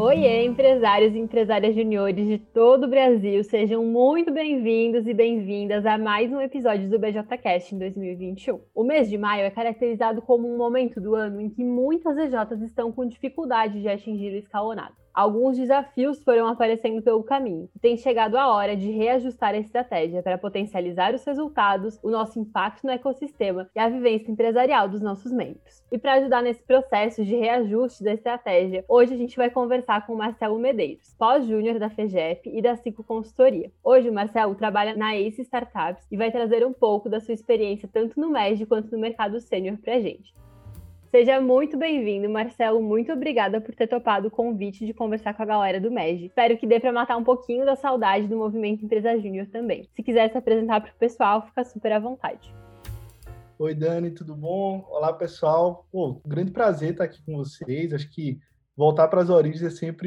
Oiê, empresários e empresárias juniores de todo o Brasil, sejam muito bem-vindos e bem-vindas a mais um episódio do BJcast em 2021. O mês de maio é caracterizado como um momento do ano em que muitas EJs estão com dificuldade de atingir o escalonado. Alguns desafios foram aparecendo pelo caminho e tem chegado a hora de reajustar a estratégia para potencializar os resultados, o nosso impacto no ecossistema e a vivência empresarial dos nossos membros. E para ajudar nesse processo de reajuste da estratégia, hoje a gente vai conversar com o Marcelo Medeiros, pós-júnior da FGEP e da Ciclo Consultoria. Hoje o Marcelo trabalha na Ace Startups e vai trazer um pouco da sua experiência tanto no MEG quanto no mercado sênior para a gente. Seja muito bem-vindo, Marcelo. Muito obrigada por ter topado o convite de conversar com a galera do MEG. Espero que dê para matar um pouquinho da saudade do movimento Empresa Júnior também. Se quiser se apresentar para o pessoal, fica super à vontade. Oi, Dani, tudo bom? Olá, pessoal. Um grande prazer estar aqui com vocês. Acho que voltar para as origens é sempre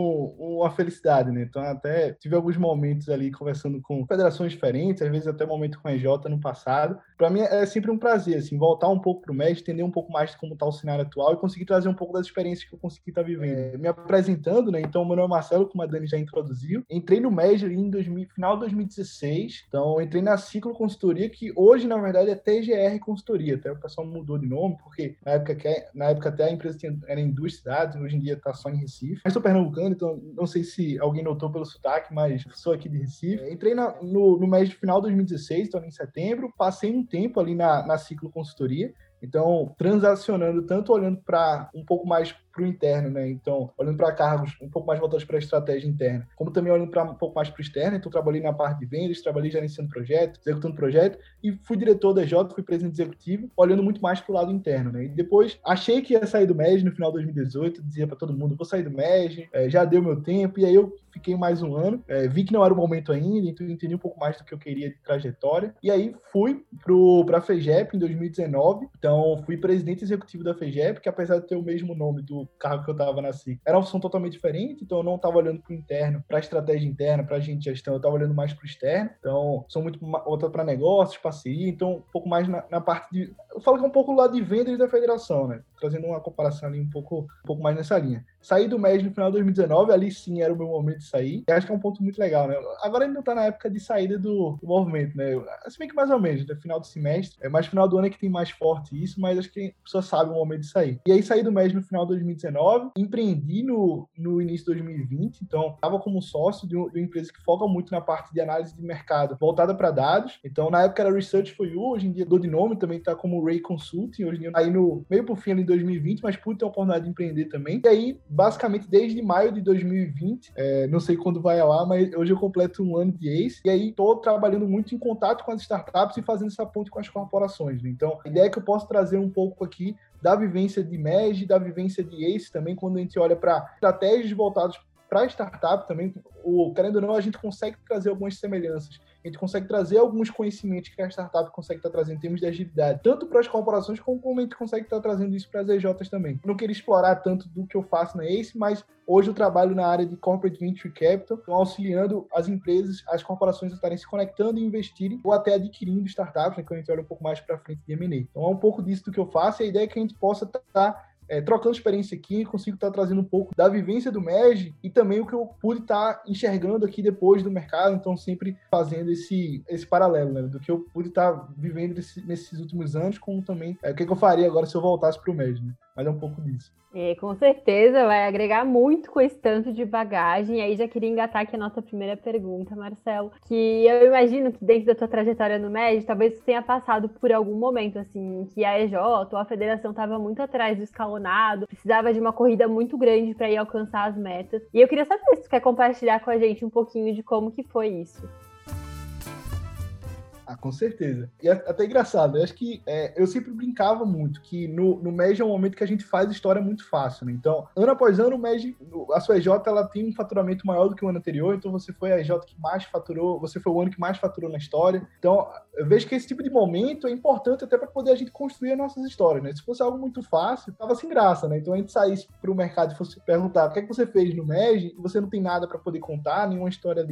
uma felicidade, né? Então, até tive alguns momentos ali conversando com federações diferentes, às vezes até momento com a EJ no passado. Para mim é sempre um prazer, assim, voltar um pouco para o MEG, entender um pouco mais de como está o cenário atual e conseguir trazer um pouco das experiências que eu consegui estar vivendo. Me apresentando, né? Então, meu nome é Marcelo, como a Dani já introduziu. Entrei no MEG ali em final de 2016. Então, entrei na Ciclo Consultoria, que hoje, na verdade, é TGR Consultoria. Até o pessoal mudou de nome, porque na época até a empresa era Indústria Dados, hoje em dia está só em Recife. Eu sou pernambucano, então não sei se alguém notou pelo sotaque, mas sou aqui de Recife. Entrei no mês de final de 2016, então em setembro, passei um tempo ali na Ciclo Consultoria. Então, transacionando, tanto olhando para um pouco mais para o interno, né? Então, olhando para cargos um pouco mais voltados para a estratégia interna, como também olhando para um pouco mais para o externo. Então, trabalhei na parte de vendas, trabalhei gerenciando projeto, executando projeto, e fui diretor da EJ, fui presidente executivo, olhando muito mais para o lado interno, né? E depois, achei que ia sair do MEG no final de 2018, dizia para todo mundo, vou sair do MEG, já deu meu tempo, e aí eu fiquei mais um ano, vi que não era o momento ainda, então entendi um pouco mais do que eu queria de trajetória, e aí fui para a FGEP em 2019. Então, fui presidente executivo da FGEP, que apesar de ter o mesmo nome do cargo que eu estava na SIC, era uma função totalmente diferente. Então, eu não estava olhando para o interno, para a estratégia interna, para a gente de gestão, eu estava olhando mais para o externo. Então, sou muito voltado para negócios, parceria, então um pouco mais na parte de... Eu falo que é um pouco o lado de vendas da federação, né? Trazendo uma comparação ali um pouco mais nessa linha. Saí do MEG no final de 2019, ali sim era o meu momento de sair. E acho que é um ponto muito legal, né? Agora ele não está na época de saída do movimento, né? Se bem que mais ou menos, né? Final do semestre, mais final do ano é que tem mais forte isso, mas acho que a pessoa sabe o momento de sair. E aí saí do MEG no final de 2019, empreendi no início de 2020, então estava como sócio de uma empresa que foca muito na parte de análise de mercado voltada para dados. Então na época era Research for You, hoje em dia dou de nome, também está como Ray Consulting, hoje em dia aí no meio por fim ali em 2020, mas pude ter a oportunidade de empreender também. E aí, basicamente, desde maio de 2020, não sei quando vai ao ar, mas hoje eu completo um ano de Ace, e aí estou trabalhando muito em contato com as startups e fazendo essa ponte com as corporações, né? Então, a ideia é que eu posso trazer um pouco aqui da vivência de MEG, da vivência de Ace também, quando a gente olha para estratégias voltadas para startup também, querendo ou não, a gente consegue trazer algumas semelhanças. A gente consegue trazer alguns conhecimentos que a startup consegue estar trazendo em termos de agilidade, tanto para as corporações, como a gente consegue estar trazendo isso para as EJs também. Não queria explorar tanto do que eu faço na Ace, mas hoje eu trabalho na área de Corporate Venture Capital, então auxiliando as empresas, as corporações a estarem se conectando e investirem, ou até adquirindo startups, né, quando a gente olha um pouco mais para frente de M&A. Então é um pouco disso do que eu faço, e a ideia é que a gente possa estar trocando experiência aqui, consigo estar trazendo um pouco da vivência do MEG e também o que eu pude estar enxergando aqui depois do mercado, então sempre fazendo esse paralelo, né, do que eu pude estar vivendo nesses últimos anos, como também o que eu faria agora se eu voltasse para o MEG, né? Mas é um pouco disso. Com certeza vai agregar muito com esse tanto de bagagem. E aí já queria engatar aqui a nossa primeira pergunta, Marcelo, que eu imagino que dentro da tua trajetória no MEG, talvez você tenha passado por algum momento assim, que a EJ ou a federação estava muito atrás do escalonado, precisava de uma corrida muito grande para ir alcançar as metas. E eu queria saber se tu quer compartilhar com a gente um pouquinho de como que foi isso. Com certeza. E é até engraçado, eu acho que eu sempre brincava muito que no MEG é um momento que a gente faz história muito fácil, né? Então, ano após ano, o MEG, a sua EJ, ela tem um faturamento maior do que o ano anterior, então você foi a EJ que mais faturou, você foi o ano que mais faturou na história. Então, eu vejo que esse tipo de momento é importante até para poder a gente construir as nossas histórias, né? Se fosse algo muito fácil, tava sem graça, né? Então, a gente saísse para o mercado e fosse perguntar o que é que você fez no MEG e você não tem nada para poder contar, nenhuma história ali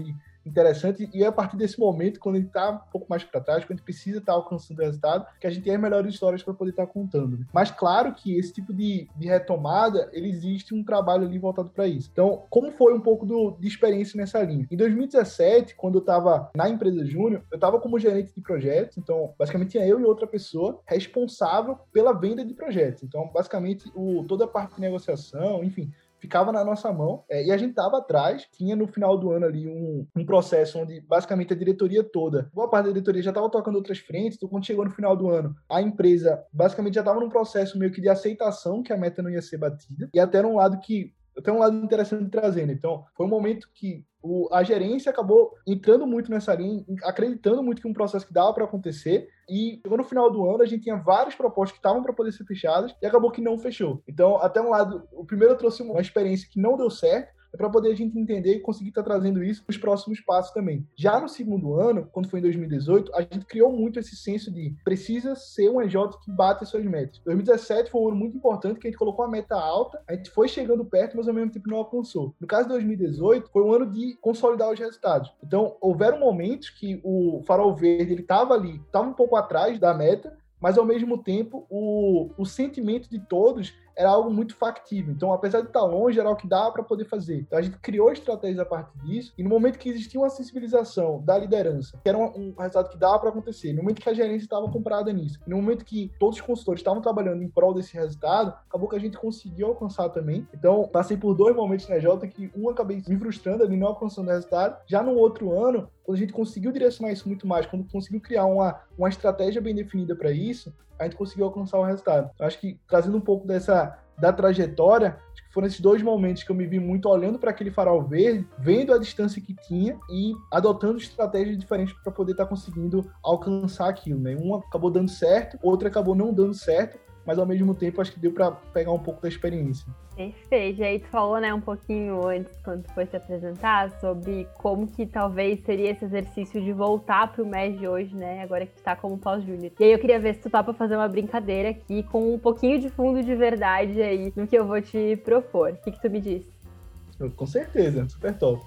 interessante, e é a partir desse momento, quando a gente está um pouco mais para trás, quando a gente precisa estar alcançando o resultado, que a gente tem as melhores histórias para poder estar contando. Mas claro que esse tipo de retomada, ele existe um trabalho ali voltado para isso. Então, como foi um pouco de experiência nessa linha? Em 2017, quando eu estava na empresa Júnior, eu estava como gerente de projetos, então basicamente tinha eu e outra pessoa responsável pela venda de projetos. Então, basicamente, toda a parte de negociação, enfim, ficava na nossa mão, e a gente estava atrás, tinha no final do ano ali um processo onde basicamente a diretoria toda, boa parte da diretoria já estava tocando outras frentes, então quando chegou no final do ano, a empresa basicamente já estava num processo meio que de aceitação que a meta não ia ser batida, e até um lado interessante de trazer, né? Então, foi um momento que a gerência acabou entrando muito nessa linha, acreditando muito que um processo que dava para acontecer, e chegou no final do ano, a gente tinha várias propostas que estavam para poder ser fechadas, e acabou que não fechou. Então, até um lado, o primeiro eu trouxe uma experiência que não deu certo, para poder a gente entender e conseguir estar trazendo isso nos próximos passos também. Já no segundo ano, quando foi em 2018, a gente criou muito esse senso de precisa ser um EJ que bate as suas metas. 2017 foi um ano muito importante, que a gente colocou uma meta alta, a gente foi chegando perto, mas ao mesmo tempo não alcançou. No caso de 2018, foi um ano de consolidar os resultados. Então, houveram momentos que o farol verde ele estava um pouco atrás da meta, mas ao mesmo tempo o sentimento de todos era algo muito factível. Então, apesar de estar longe, era o que dava para poder fazer. Então, a gente criou estratégias a partir disso, e no momento que existia uma sensibilização da liderança, que era um resultado que dava para acontecer, no momento que a gerência estava comprada nisso, e no momento que todos os consultores estavam trabalhando em prol desse resultado, acabou que a gente conseguiu alcançar também. Então, passei por 2 momentos na EJ que acabei me frustrando ali, não alcançando o resultado. Já no outro ano, quando a gente conseguiu direcionar isso muito mais, quando conseguiu criar uma estratégia bem definida para isso, a gente conseguiu alcançar o resultado. Eu acho que, trazendo um pouco da trajetória, acho que foram esses 2 momentos que eu me vi muito olhando para aquele farol verde, vendo a distância que tinha e adotando estratégias diferentes para poder estar conseguindo alcançar aquilo, né? Um acabou dando certo, outro acabou não dando certo, mas ao mesmo tempo acho que deu para pegar um pouco da experiência. Perfeito. E aí tu falou, né, um pouquinho antes, quando tu foi se apresentar, sobre como que talvez seria esse exercício de voltar pro MES de hoje, né, agora que tu tá como pós-júnior. E aí eu queria ver se tu topa fazer uma brincadeira aqui com um pouquinho de fundo de verdade aí no que eu vou te propor. O que tu me diz? Com certeza, super top.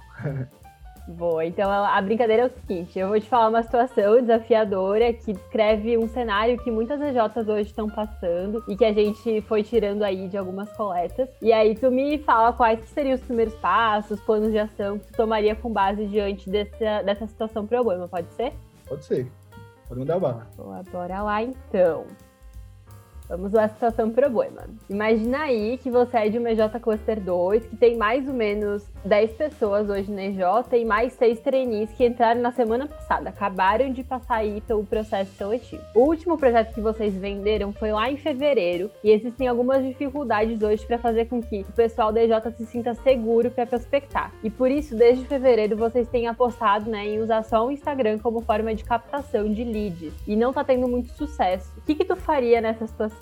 Boa, então a brincadeira é o seguinte, eu vou te falar uma situação desafiadora que descreve um cenário que muitas EJs hoje estão passando e que a gente foi tirando aí de algumas coletas. E aí tu me fala quais que seriam os primeiros passos, planos de ação que tu tomaria com base diante dessa situação problema, pode ser? Pode ser, pode mandar bala. Boa, bora lá então. Vamos lá, situação problema. Imagina aí que você é de uma EJ Cluster 2, que tem mais ou menos 10 pessoas hoje na EJ e mais 6 trainees que entraram na semana passada, acabaram de passar aí pelo processo seletivo. O último projeto que vocês venderam foi lá em fevereiro e existem algumas dificuldades hoje para fazer com que o pessoal da EJ se sinta seguro para prospectar. E por isso, desde fevereiro, vocês têm apostado, né, em usar só o Instagram como forma de captação de leads e não tá tendo muito sucesso. O que tu faria nessa situação?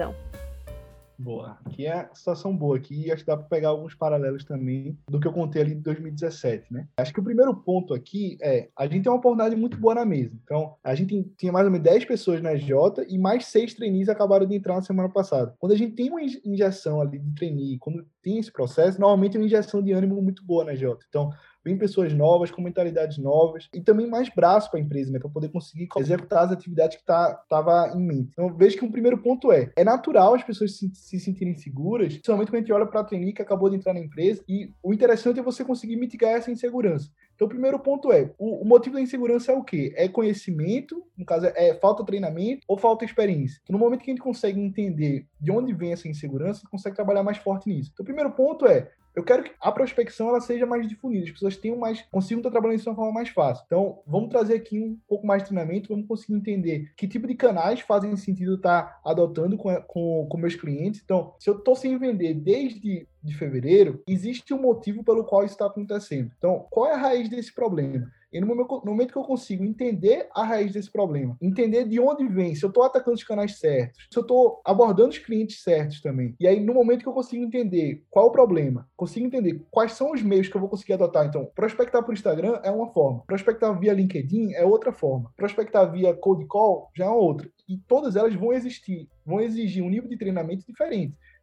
Boa. Aqui é a situação boa aqui, acho que dá para pegar alguns paralelos também do que eu contei ali de 2017, né? Acho que o primeiro ponto aqui a gente tem uma oportunidade muito boa na mesa. Então, a gente tinha mais ou menos 10 pessoas na EJ e mais 6 trainees acabaram de entrar na semana passada. Quando a gente tem uma injeção ali de trainee, quando tem esse processo, normalmente é uma injeção de ânimo muito boa na EJ. Então, vem pessoas novas, com mentalidades novas e também mais braço para a empresa, né, para poder conseguir executar as atividades que estava em mente. Então, vejo que um primeiro ponto é natural as pessoas se sentirem seguras, principalmente quando a gente olha para a trainee que acabou de entrar na empresa, e o interessante é você conseguir mitigar essa insegurança. Então, o primeiro ponto o motivo da insegurança é o quê? É conhecimento, no caso, falta treinamento ou falta experiência. Então, no momento que a gente consegue entender de onde vem essa insegurança, a gente consegue trabalhar mais forte nisso. Então, o primeiro ponto eu quero que a prospecção ela seja mais difundida, as pessoas consigam estar trabalhando isso de uma forma mais fácil. Então, vamos trazer aqui um pouco mais de treinamento, vamos conseguir entender que tipo de canais fazem sentido estar adotando com meus clientes. Então, se eu estou sem vender desde fevereiro, existe um motivo pelo qual isso está acontecendo. Então, qual é a raiz desse problema? E no momento que eu consigo entender a raiz desse problema, entender de onde vem, se eu estou atacando os canais certos, se eu estou abordando os clientes certos também, e aí no momento que eu consigo entender qual é o problema, consigo entender quais são os meios que eu vou conseguir adotar. Então, prospectar por Instagram é uma forma, prospectar via LinkedIn é outra forma, prospectar via cold call já é outra. E todas elas vão exigir um nível de treinamento diferente.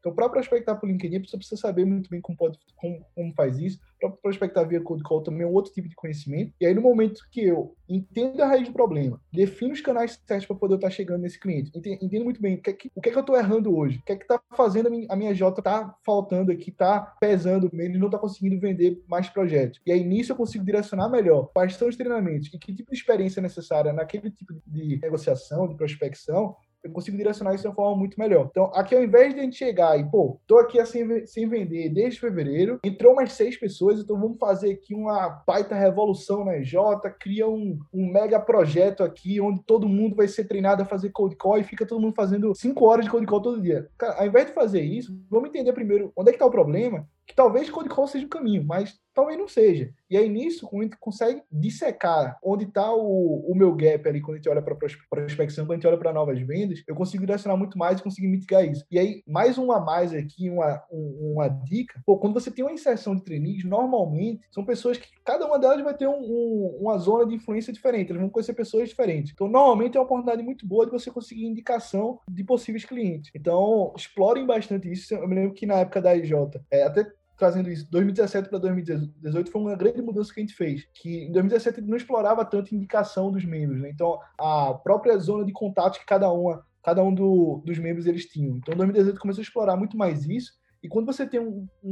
Então, para prospectar por LinkedIn, a pessoa precisa saber muito bem como faz isso. Para prospectar via cold call também é um outro tipo de conhecimento. E aí, no momento que eu entendo a raiz do problema, defino os canais certos para poder estar chegando nesse cliente, entendo muito bem o que é que eu estou errando hoje, o que é que está fazendo a minha J está faltando aqui, está pesando, ele não está conseguindo vender mais projetos. E aí, nisso, eu consigo direcionar melhor quais são os treinamentos e que tipo de experiência é necessária naquele tipo de negociação, de prospecção, eu consigo direcionar isso de uma forma muito melhor. Então, aqui ao invés de a gente chegar e, tô aqui assim, sem vender desde fevereiro, entrou mais 6 pessoas, então vamos fazer aqui uma baita revolução na EJ, cria um mega projeto aqui, onde todo mundo vai ser treinado a fazer cold call e fica todo mundo fazendo 5 horas de cold call todo dia. Cara, ao invés de fazer isso, vamos entender primeiro onde é que está o problema, que talvez cold call seja um caminho, mas talvez não seja. E aí, nisso, a gente consegue dissecar onde está o meu gap ali, quando a gente olha para prospecção, quando a gente olha para novas vendas, eu consigo direcionar muito mais e conseguir mitigar isso. E aí, mais aqui, uma dica. Quando você tem uma inserção de trainees, normalmente, são pessoas que cada uma delas vai ter uma zona de influência diferente, elas vão conhecer pessoas diferentes. Então, normalmente, é uma oportunidade muito boa de você conseguir indicação de possíveis clientes. Então, explorem bastante isso. Eu me lembro que na época da IJ, até trazendo isso, 2017 para 2018 foi uma grande mudança que a gente fez, que em 2017 não explorava tanto a indicação dos membros, né? Então, a própria zona de contatos que cada um dos membros eles tinham. Então, em 2018 começou a explorar muito mais isso, e quando você tem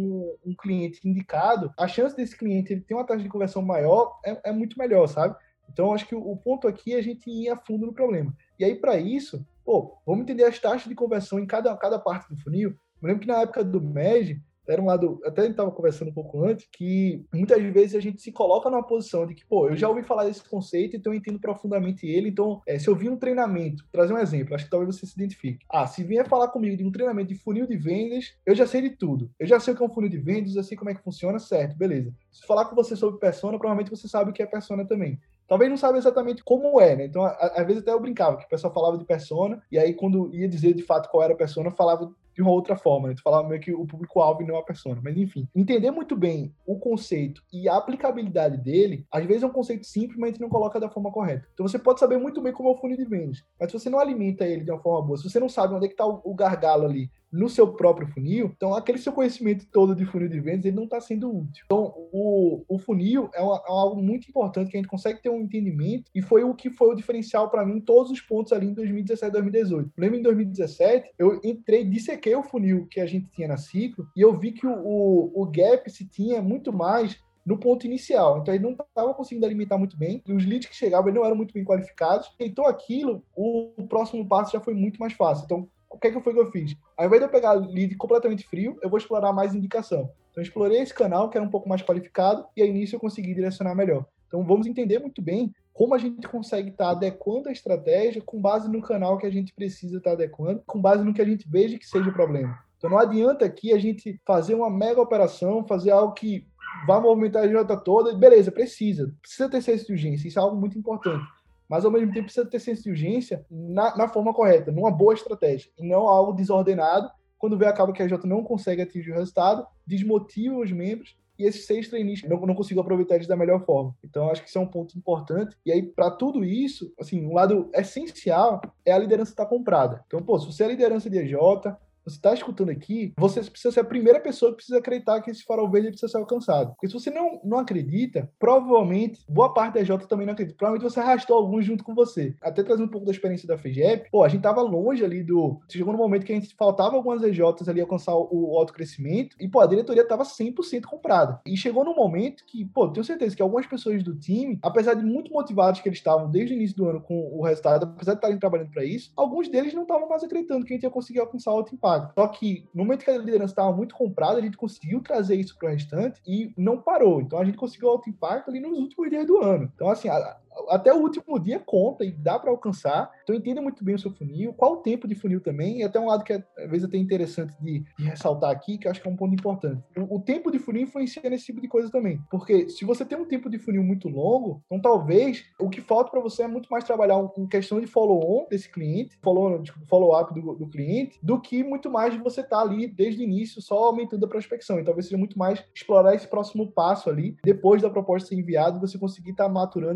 um cliente indicado, a chance desse cliente ele ter uma taxa de conversão maior é muito melhor, sabe? Então, acho que o ponto aqui é a gente ir a fundo no problema. E aí, para isso, vamos entender as taxas de conversão em cada parte do funil. Eu lembro que na época do MEG, era um lado, até a gente estava conversando um pouco antes, que muitas vezes a gente se coloca numa posição de que, eu já ouvi falar desse conceito, então eu entendo profundamente ele, então, se eu vi um treinamento, trazer um exemplo, acho que talvez você se identifique. Se vier falar comigo de um treinamento de funil de vendas, eu já sei de tudo. Eu já sei o que é um funil de vendas, eu já sei como é que funciona, certo, beleza. Se falar com você sobre persona, provavelmente você sabe o que é persona também. Talvez não saiba exatamente como é, né? Então, às vezes até eu brincava, que o pessoal falava de persona, e aí quando ia dizer de fato qual era a persona, falava de uma outra forma, né? Tu falava meio que o público-alvo e não a persona. Mas, enfim, entender muito bem o conceito e a aplicabilidade dele, às vezes é um conceito simples, mas a gente não coloca da forma correta. Então, você pode saber muito bem como é o funil de vendas, mas se você não alimenta ele de uma forma boa, se você não sabe onde é que está o gargalo ali no seu próprio funil, então aquele seu conhecimento todo de funil de vendas, ele não está sendo útil. Então, o funil é algo muito importante que a gente consegue ter um entendimento e foi o que foi o diferencial para mim em todos os pontos ali em 2017, 2018. Lembro em 2017, eu entrei, dissequei o funil que a gente tinha na Ciclo e eu vi que o gap se tinha muito mais no ponto inicial. Então, ele não estava conseguindo alimentar muito bem, e os leads que chegavam não eram muito bem qualificados. Então, aquilo, o próximo passo já foi muito mais fácil. Então, o que foi que eu fiz? Ao invés de eu pegar lead completamente frio, eu vou explorar mais indicação. Então, eu explorei esse canal, que era um pouco mais qualificado, e aí nisso eu consegui direcionar melhor. Então, vamos entender muito bem como a gente consegue estar adequando a estratégia com base no canal que a gente precisa estar adequando, com base no que a gente veja que seja o problema. Então, não adianta aqui a gente fazer uma mega operação, fazer algo que vai movimentar a J toda, beleza, precisa ter senso de urgência, isso é algo muito importante. Mas, ao mesmo tempo, precisa ter senso de urgência na forma correta, numa boa estratégia, e não algo desordenado, quando vê acaba que a J não consegue atingir o resultado, desmotiva os membros, e esses 6 trainees não consigam aproveitar eles da melhor forma. Então, acho que isso é um ponto importante. E aí, para tudo isso, assim, um lado essencial é a liderança estar comprada. Então, se você é a liderança de EJ, você está escutando aqui, você precisa ser a primeira pessoa que precisa acreditar que esse farol verde precisa ser alcançado. Porque se você não acredita, provavelmente, boa parte da EJ também não acredita. Provavelmente você arrastou alguns junto com você. Até trazendo um pouco da experiência da FEGEP, a gente estava longe ali chegou no momento que a gente faltava algumas EJs ali alcançar o autocrescimento e, a diretoria estava 100% comprada. E chegou num momento que, tenho certeza que algumas pessoas do time, apesar de muito motivados que eles estavam desde o início do ano com o resultado, apesar de estarem trabalhando para isso, alguns deles não estavam mais acreditando que a gente ia conseguir alcançar o alto impacto. Só que, no momento que a liderança estava muito comprada, a gente conseguiu trazer isso para o restante e não parou. Então, a gente conseguiu alto impacto ali nos últimos dias do ano. Então, assim, até o último dia conta e dá para alcançar. Então, entenda muito bem o seu funil, qual o tempo de funil também, e até um lado que às vezes até interessante de ressaltar aqui, que eu acho que é um ponto importante. O tempo de funil influencia nesse tipo de coisa também, porque se você tem um tempo de funil muito longo, então talvez o que falta para você é muito mais trabalhar em questão de follow-on desse cliente, follow-up do cliente, do que muito mais de você estar ali desde o início só aumentando a prospecção. E talvez seja muito mais explorar esse próximo passo ali, depois da proposta ser enviada, você conseguir estar maturando, você conseguir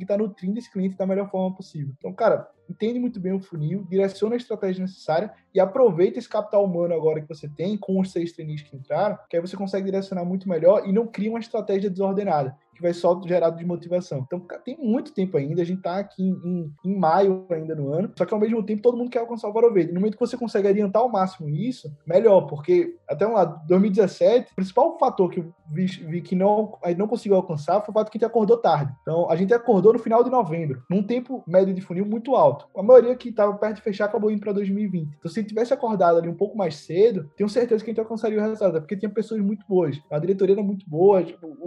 conseguir estar nutrindo esse cliente da melhor forma possível. Então, cara, entende muito bem o funil, direciona a estratégia necessária e aproveita esse capital humano agora que você tem com os 6 trainees que entraram, que aí você consegue direcionar muito melhor e não cria uma estratégia desordenada, que vai só gerar desmotivação. Então, tem muito tempo ainda, a gente tá aqui em maio ainda no ano, só que ao mesmo tempo todo mundo quer alcançar o Faro Verde. No momento que você consegue adiantar ao máximo isso, melhor, porque até um lado, 2017, o principal fator que eu vi que a gente não conseguiu alcançar foi o fato que a gente acordou tarde. Então, a gente acordou no final de novembro, num tempo médio de funil muito alto. A maioria que estava perto de fechar acabou indo para 2020. Então, se tivesse acordado ali um pouco mais cedo, tenho certeza que a gente alcançaria o resultado, porque tinha pessoas muito boas. A diretoria era muito boa,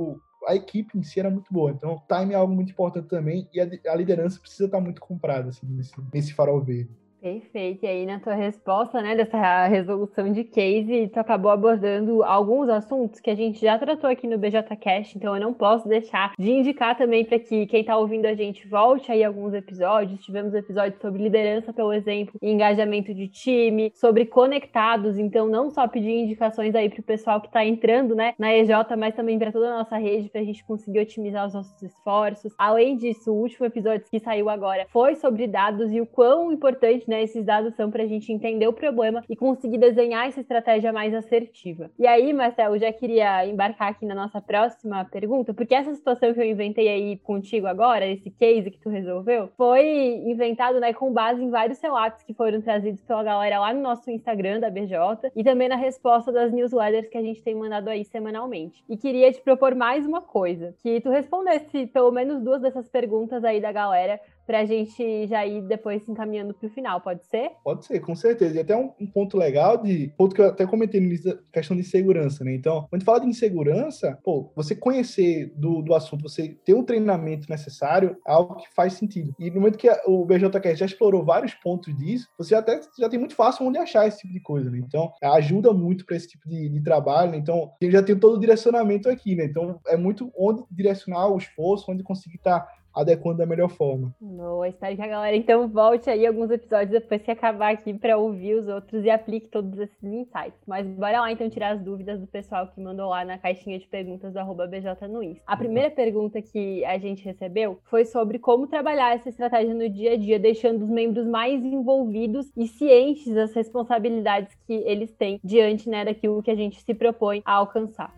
a equipe em si era muito boa. Então, o time é algo muito importante também e a liderança precisa estar muito comprada assim, nesse farol verde. Perfeito. E aí, na tua resposta, né, dessa resolução de case, tu acabou abordando alguns assuntos que a gente já tratou aqui no BJCast, então eu não posso deixar de indicar também para que quem tá ouvindo a gente volte aí alguns episódios. Tivemos episódios sobre liderança, pelo exemplo, e engajamento de time, sobre conectados, então não só pedir indicações aí pro pessoal que tá entrando, né, na EJ, mas também para toda a nossa rede, pra gente conseguir otimizar os nossos esforços. Além disso, o último episódio que saiu agora foi sobre dados e o quão importante, né, esses dados são para a gente entender o problema e conseguir desenhar essa estratégia mais assertiva. E aí, Marcel, eu já queria embarcar aqui na nossa próxima pergunta, porque essa situação que eu inventei aí contigo agora, esse case que tu resolveu, foi inventado, né, com base em vários relatos que foram trazidos pela galera lá no nosso Instagram da BJ e também na resposta das newsletters que a gente tem mandado aí semanalmente. E queria te propor mais uma coisa, que tu respondesse pelo menos 2 dessas perguntas aí da galera, pra gente já ir depois se encaminhando pro final, pode ser? Pode ser, com certeza. E até um ponto legal, ponto que eu até comentei no início, questão de segurança, né? Então, quando a gente fala de insegurança, você conhecer do assunto, você ter um treinamento necessário, é algo que faz sentido. E no momento que o BJCast já explorou vários pontos disso, você já tem muito fácil onde achar esse tipo de coisa, né? Então, ajuda muito para esse tipo de trabalho, né? Então, eu já tenho todo o direcionamento aqui, né? Então, é muito onde direcionar o esforço, onde conseguir estar adequando da melhor forma. Boa, espero que a galera então volte aí alguns episódios depois que acabar aqui para ouvir os outros e aplique todos esses insights. Mas bora lá então tirar as dúvidas do pessoal que mandou lá na caixinha de perguntas do @BJ no Insta. A primeira pergunta que a gente recebeu foi sobre como trabalhar essa estratégia no dia a dia, deixando os membros mais envolvidos e cientes das responsabilidades que eles têm diante, né, daquilo que a gente se propõe a alcançar.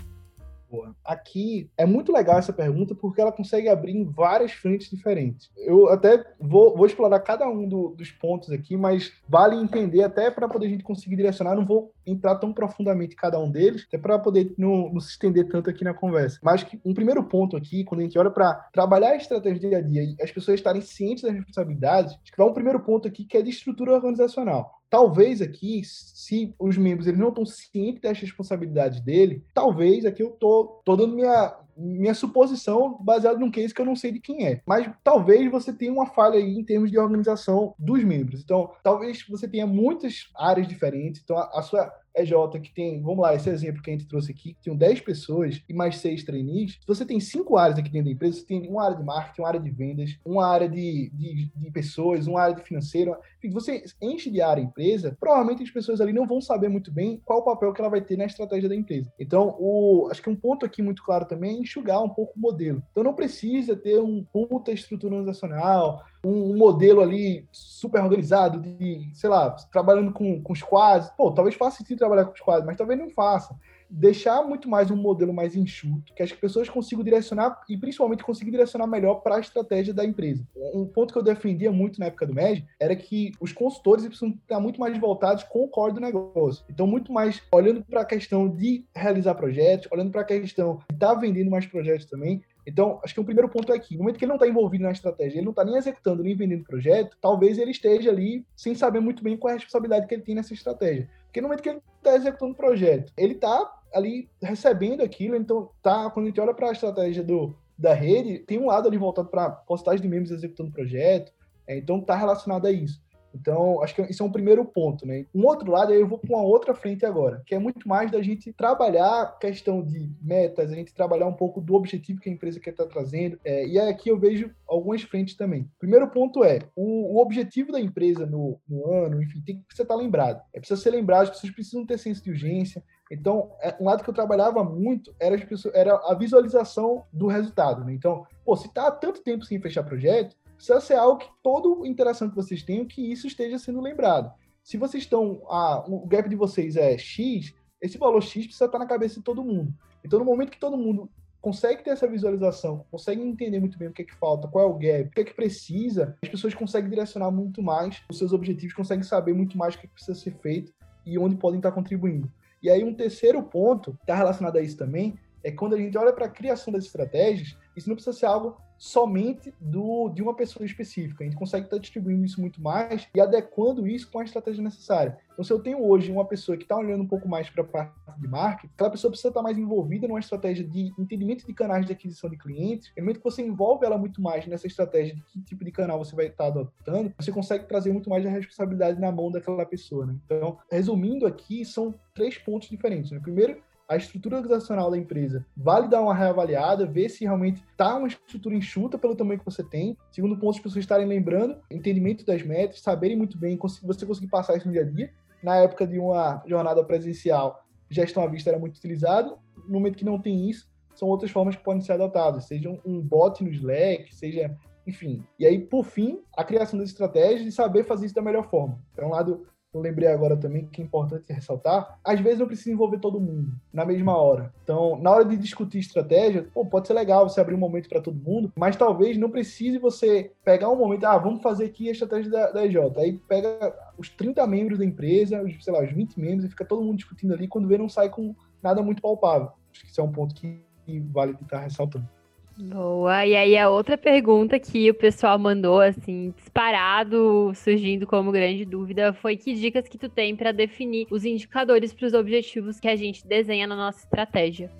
Aqui é muito legal essa pergunta porque ela consegue abrir em várias frentes diferentes. Eu até vou explorar cada um dos pontos aqui, mas vale entender até para poder a gente conseguir direcionar. Não vou entrar tão profundamente em cada um deles, até para poder não se estender tanto aqui na conversa. Mas que um primeiro ponto aqui, quando a gente olha para trabalhar a estratégia dia a dia e as pessoas estarem cientes das responsabilidades, acho que vai um primeiro ponto aqui que é de estrutura organizacional. Talvez aqui, se os membros eles não estão cientes das responsabilidades dele, talvez aqui eu tô dando minha suposição baseada num case que eu não sei de quem é. Mas talvez você tenha uma falha aí em termos de organização dos membros. Então, talvez você tenha muitas áreas diferentes. Então, a sua EJ que tem, vamos lá, esse exemplo que a gente trouxe aqui, que tinham 10 pessoas e mais 6 trainees, se você tem 5 áreas aqui dentro da empresa, você tem uma área de marketing, uma área de vendas, uma área de pessoas, uma área de financeiro, enfim, você enche de área a empresa, provavelmente as pessoas ali não vão saber muito bem qual o papel que ela vai ter na estratégia da empresa. Então, acho que um ponto aqui muito claro também é enxugar um pouco o modelo. Então, não precisa ter um puta estrutura organizacional, um modelo ali super organizado, sei lá, trabalhando com squads. Talvez faça sentido trabalhar com squads, mas talvez não faça. Deixar muito mais um modelo mais enxuto, que as pessoas consigam direcionar e principalmente conseguir direcionar melhor para a estratégia da empresa. Um ponto que eu defendia muito na época do MED era que os consultores precisam estar muito mais voltados com o core do negócio. Então, muito mais olhando para a questão de realizar projetos, olhando para a questão de estar vendendo mais projetos também. Então, acho que o primeiro ponto é aqui. No momento que ele não está envolvido na estratégia, ele não está nem executando, nem vendendo projeto, talvez ele esteja ali sem saber muito bem qual é a responsabilidade que ele tem nessa estratégia. Porque no momento que ele está executando o projeto, ele está ali recebendo aquilo, então quando a gente olha para a estratégia da rede, tem um lado ali voltado para postagem de membros executando o projeto, então está relacionado a isso. Então, acho que isso é um primeiro ponto, né? Um outro lado, aí eu vou para uma outra frente agora, que é muito mais da gente trabalhar a questão de metas, a gente trabalhar um pouco do objetivo que a empresa quer estar trazendo, e aqui eu vejo algumas frentes também. Primeiro ponto é, o objetivo da empresa no ano, enfim, precisa estar lembrado. Precisa ser lembrado, as pessoas precisam ter senso de urgência, Então, um lado que eu trabalhava muito era a visualização do resultado, né? Então, se está há tanto tempo sem fechar projeto, precisa ser algo que toda interação que vocês tenham, que isso esteja sendo lembrado. Se vocês estão, o gap de vocês é X, esse valor X precisa estar na cabeça de todo mundo. Então, no momento que todo mundo consegue ter essa visualização, consegue entender muito bem o que é que falta, qual é o gap, o que é que precisa, as pessoas conseguem direcionar muito mais os seus objetivos, conseguem saber muito mais o que precisa ser feito e onde podem estar contribuindo. E aí um terceiro ponto, que está relacionado a isso também, é quando a gente olha para a criação das estratégias, isso não precisa ser algo somente de uma pessoa específica. A gente consegue estar distribuindo isso muito mais e adequando isso com a estratégia necessária. Então, se eu tenho hoje uma pessoa que está olhando um pouco mais para a parte de marketing, aquela pessoa precisa estar mais envolvida numa estratégia de entendimento de canais de aquisição de clientes. No momento que você envolve ela muito mais nessa estratégia de que tipo de canal você vai estar adotando, você consegue trazer muito mais a responsabilidade na mão daquela pessoa, né? Então, resumindo aqui, são 3 pontos diferentes, né? Primeiro, a estrutura organizacional da empresa, vale dar uma reavaliada, ver se realmente está uma estrutura enxuta pelo tamanho que você tem. Segundo ponto, as pessoas estarem lembrando, entendimento das metas, saberem muito bem, você conseguir passar isso no dia a dia. Na época de uma jornada presencial, gestão à vista era muito utilizado. No momento que não tem isso, são outras formas que podem ser adotadas, seja um bot no Slack, seja, enfim. E aí, por fim, a criação das estratégias e saber fazer isso da melhor forma. É um lado... Eu lembrei agora também que é importante ressaltar, às vezes não precisa envolver todo mundo na mesma hora. Então, na hora de discutir estratégia, pode ser legal você abrir um momento para todo mundo, mas talvez não precise você pegar um momento, vamos fazer aqui a estratégia da EJ. Aí pega os 30 membros da empresa, os 20 membros, e fica todo mundo discutindo ali, quando vê não sai com nada muito palpável. Acho que isso é um ponto que vale estar ressaltando. Boa, e aí a outra pergunta que o pessoal mandou, assim, disparado, surgindo como grande dúvida, foi que dicas que tu tem para definir os indicadores para os objetivos que a gente desenha na nossa estratégia?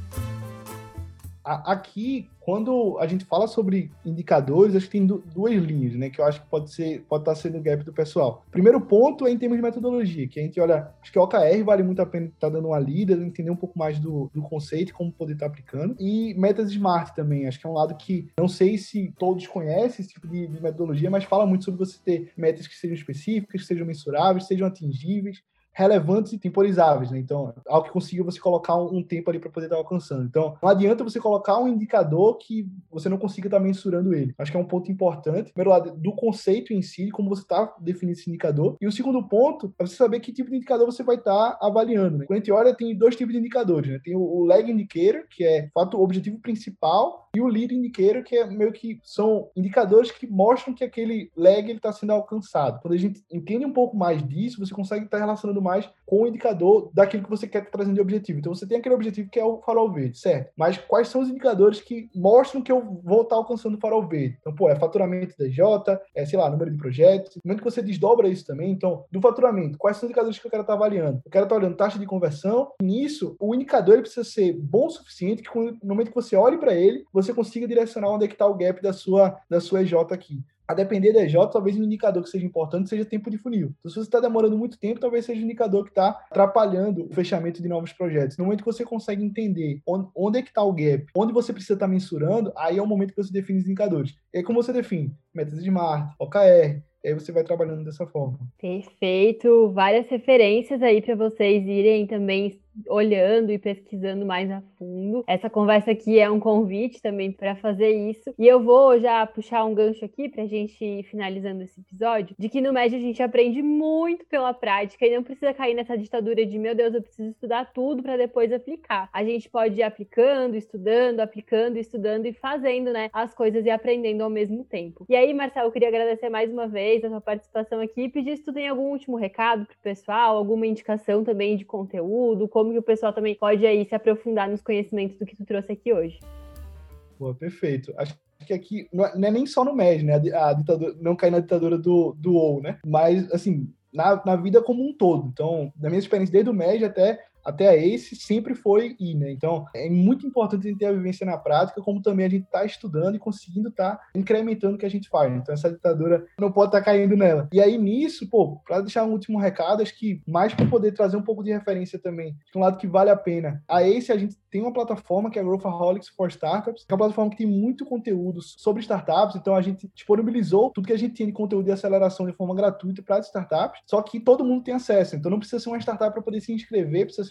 Aqui, quando a gente fala sobre indicadores, acho que tem duas linhas, né, que eu acho que pode estar sendo o gap do pessoal. Primeiro ponto é em termos de metodologia, que a gente olha, acho que o OKR vale muito a pena estar dando uma lida, entender um pouco mais do conceito e como poder estar aplicando. E metas SMART também, acho que é um lado que não sei se todos conhecem esse tipo de metodologia, mas fala muito sobre você ter metas que sejam específicas, que sejam mensuráveis, sejam atingíveis, relevantes e temporizáveis, né? Então, algo que consiga você colocar um tempo ali para poder estar alcançando. Então, não adianta você colocar um indicador que você não consiga estar mensurando ele. Acho que é um ponto importante. Primeiro lado, do conceito em si, como você está definindo esse indicador. E o segundo ponto é você saber que tipo de indicador você vai estar avaliando, né? Quando a gente olha, tem 2 tipos de indicadores, né? Tem o lag indicator, que é o objetivo principal, e o lead indicator, que é meio que são indicadores que mostram que aquele lag está sendo alcançado. Quando a gente entende um pouco mais disso, você consegue estar relacionando mais com o indicador daquilo que você quer estar trazendo de objetivo. Então, você tem aquele objetivo que é o farol verde, certo? Mas quais são os indicadores que mostram que eu vou estar alcançando o farol verde? Então, é faturamento da J, número de projetos. No momento que você desdobra isso também, então, do faturamento, quais são os indicadores que eu quero estar avaliando? Eu quero estar olhando taxa de conversão. E nisso, o indicador ele precisa ser bom o suficiente que no momento que você olhe para ele, você consiga direcionar onde é que está o gap da sua EJ aqui. A depender da EJ, talvez um indicador que seja importante seja tempo de funil. Então, se você está demorando muito tempo, talvez seja um indicador que está atrapalhando o fechamento de novos projetos. No momento que você consegue entender onde é que está o gap, onde você precisa estar mensurando, aí é o momento que você define os indicadores. E aí, como você define? Metas de SMART, OKR, e aí você vai trabalhando dessa forma. Perfeito, várias referências aí para vocês irem também olhando e pesquisando mais a fundo. Essa conversa aqui é um convite também para fazer isso. E eu vou já puxar um gancho aqui para a gente ir finalizando esse episódio, de que no MED a gente aprende muito pela prática e não precisa cair nessa ditadura de, meu Deus, eu preciso estudar tudo para depois aplicar. A gente pode ir aplicando, estudando e fazendo, né, as coisas e aprendendo ao mesmo tempo. E aí, Marcelo, eu queria agradecer mais uma vez a sua participação aqui e pedir se tu tem algum último recado pro pessoal, alguma indicação também de conteúdo, como que o pessoal também pode aí se aprofundar nos conhecimentos do que tu trouxe aqui hoje. Pô, perfeito. Acho que aqui não é nem só no MED, né? A ditadura, não cair na ditadura do OU, né? Mas, assim, na vida como um todo. Então, na minha experiência, desde o MED até a ACE, sempre foi ir, né? Então, é muito importante a gente ter a vivência na prática, como também a gente está estudando e conseguindo estar incrementando o que a gente faz. Então, essa ditadura não pode estar caindo nela. E aí, nisso, para deixar um último recado, acho que mais para poder trazer um pouco de referência também, de um lado que vale a pena. A ACE, a gente tem uma plataforma que é a Growthaholics for Startups, que é uma plataforma que tem muito conteúdo sobre startups, então a gente disponibilizou tudo que a gente tinha de conteúdo de aceleração de forma gratuita para as startups, só que todo mundo tem acesso, então não precisa ser uma startup para poder se inscrever, precisa ser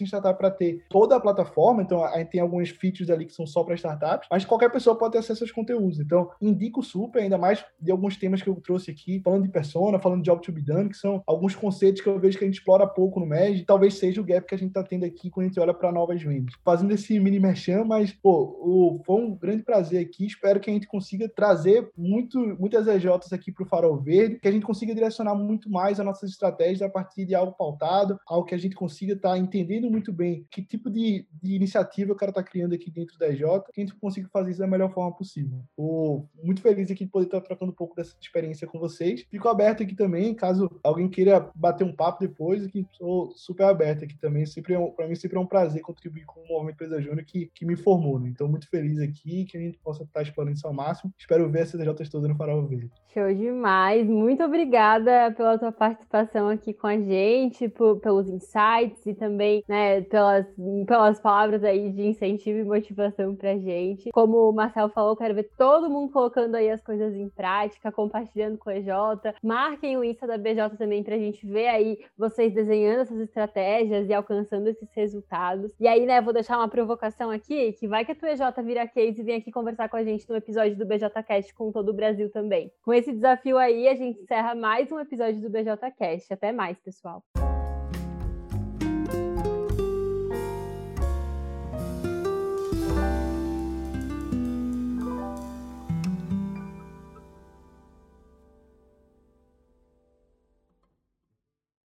startup para ter toda a plataforma, então a gente tem alguns features ali que são só para startups, mas qualquer pessoa pode ter acesso aos conteúdos. Então, indico super, ainda mais de alguns temas que eu trouxe aqui, falando de persona, falando de job to be done, que são alguns conceitos que eu vejo que a gente explora pouco no MED, e talvez seja o gap que a gente está tendo aqui quando a gente olha para novas vendas. Fazendo esse mini merchan, mas, foi um grande prazer aqui, espero que a gente consiga trazer muitas EJs aqui para o Farol Verde, que a gente consiga direcionar muito mais as nossas estratégias a partir de algo pautado, algo que a gente consiga estar entendendo muito bem que tipo de iniciativa o cara está criando aqui dentro da EJ, que a gente consiga fazer isso da melhor forma possível. Estou muito feliz aqui de poder estar trocando um pouco dessa experiência com vocês. Fico aberto aqui também, caso alguém queira bater um papo depois, que sou super aberto aqui também. Para mim sempre é um prazer contribuir com o Movimento Empresa Júnior que me formou, né? Então, muito feliz aqui, que a gente possa estar explorando isso ao máximo. Espero ver essas EJs todas no Farol Verde. Show demais! Muito obrigada pela tua participação aqui com a gente, pelos insights e também, né, pelas palavras aí de incentivo e motivação pra gente. Como o Marcelo falou, quero ver todo mundo colocando aí as coisas em prática, compartilhando com a EJ. Marquem o Insta da BJ também pra gente ver aí vocês desenhando essas estratégias e alcançando esses resultados. E aí, né, vou deixar uma provocação aqui, que vai que a tua EJ vira case e vem aqui conversar com a gente no episódio do BJCast com todo o Brasil também. Com esse desafio aí, a gente encerra mais um episódio do BJCast. Até mais, pessoal!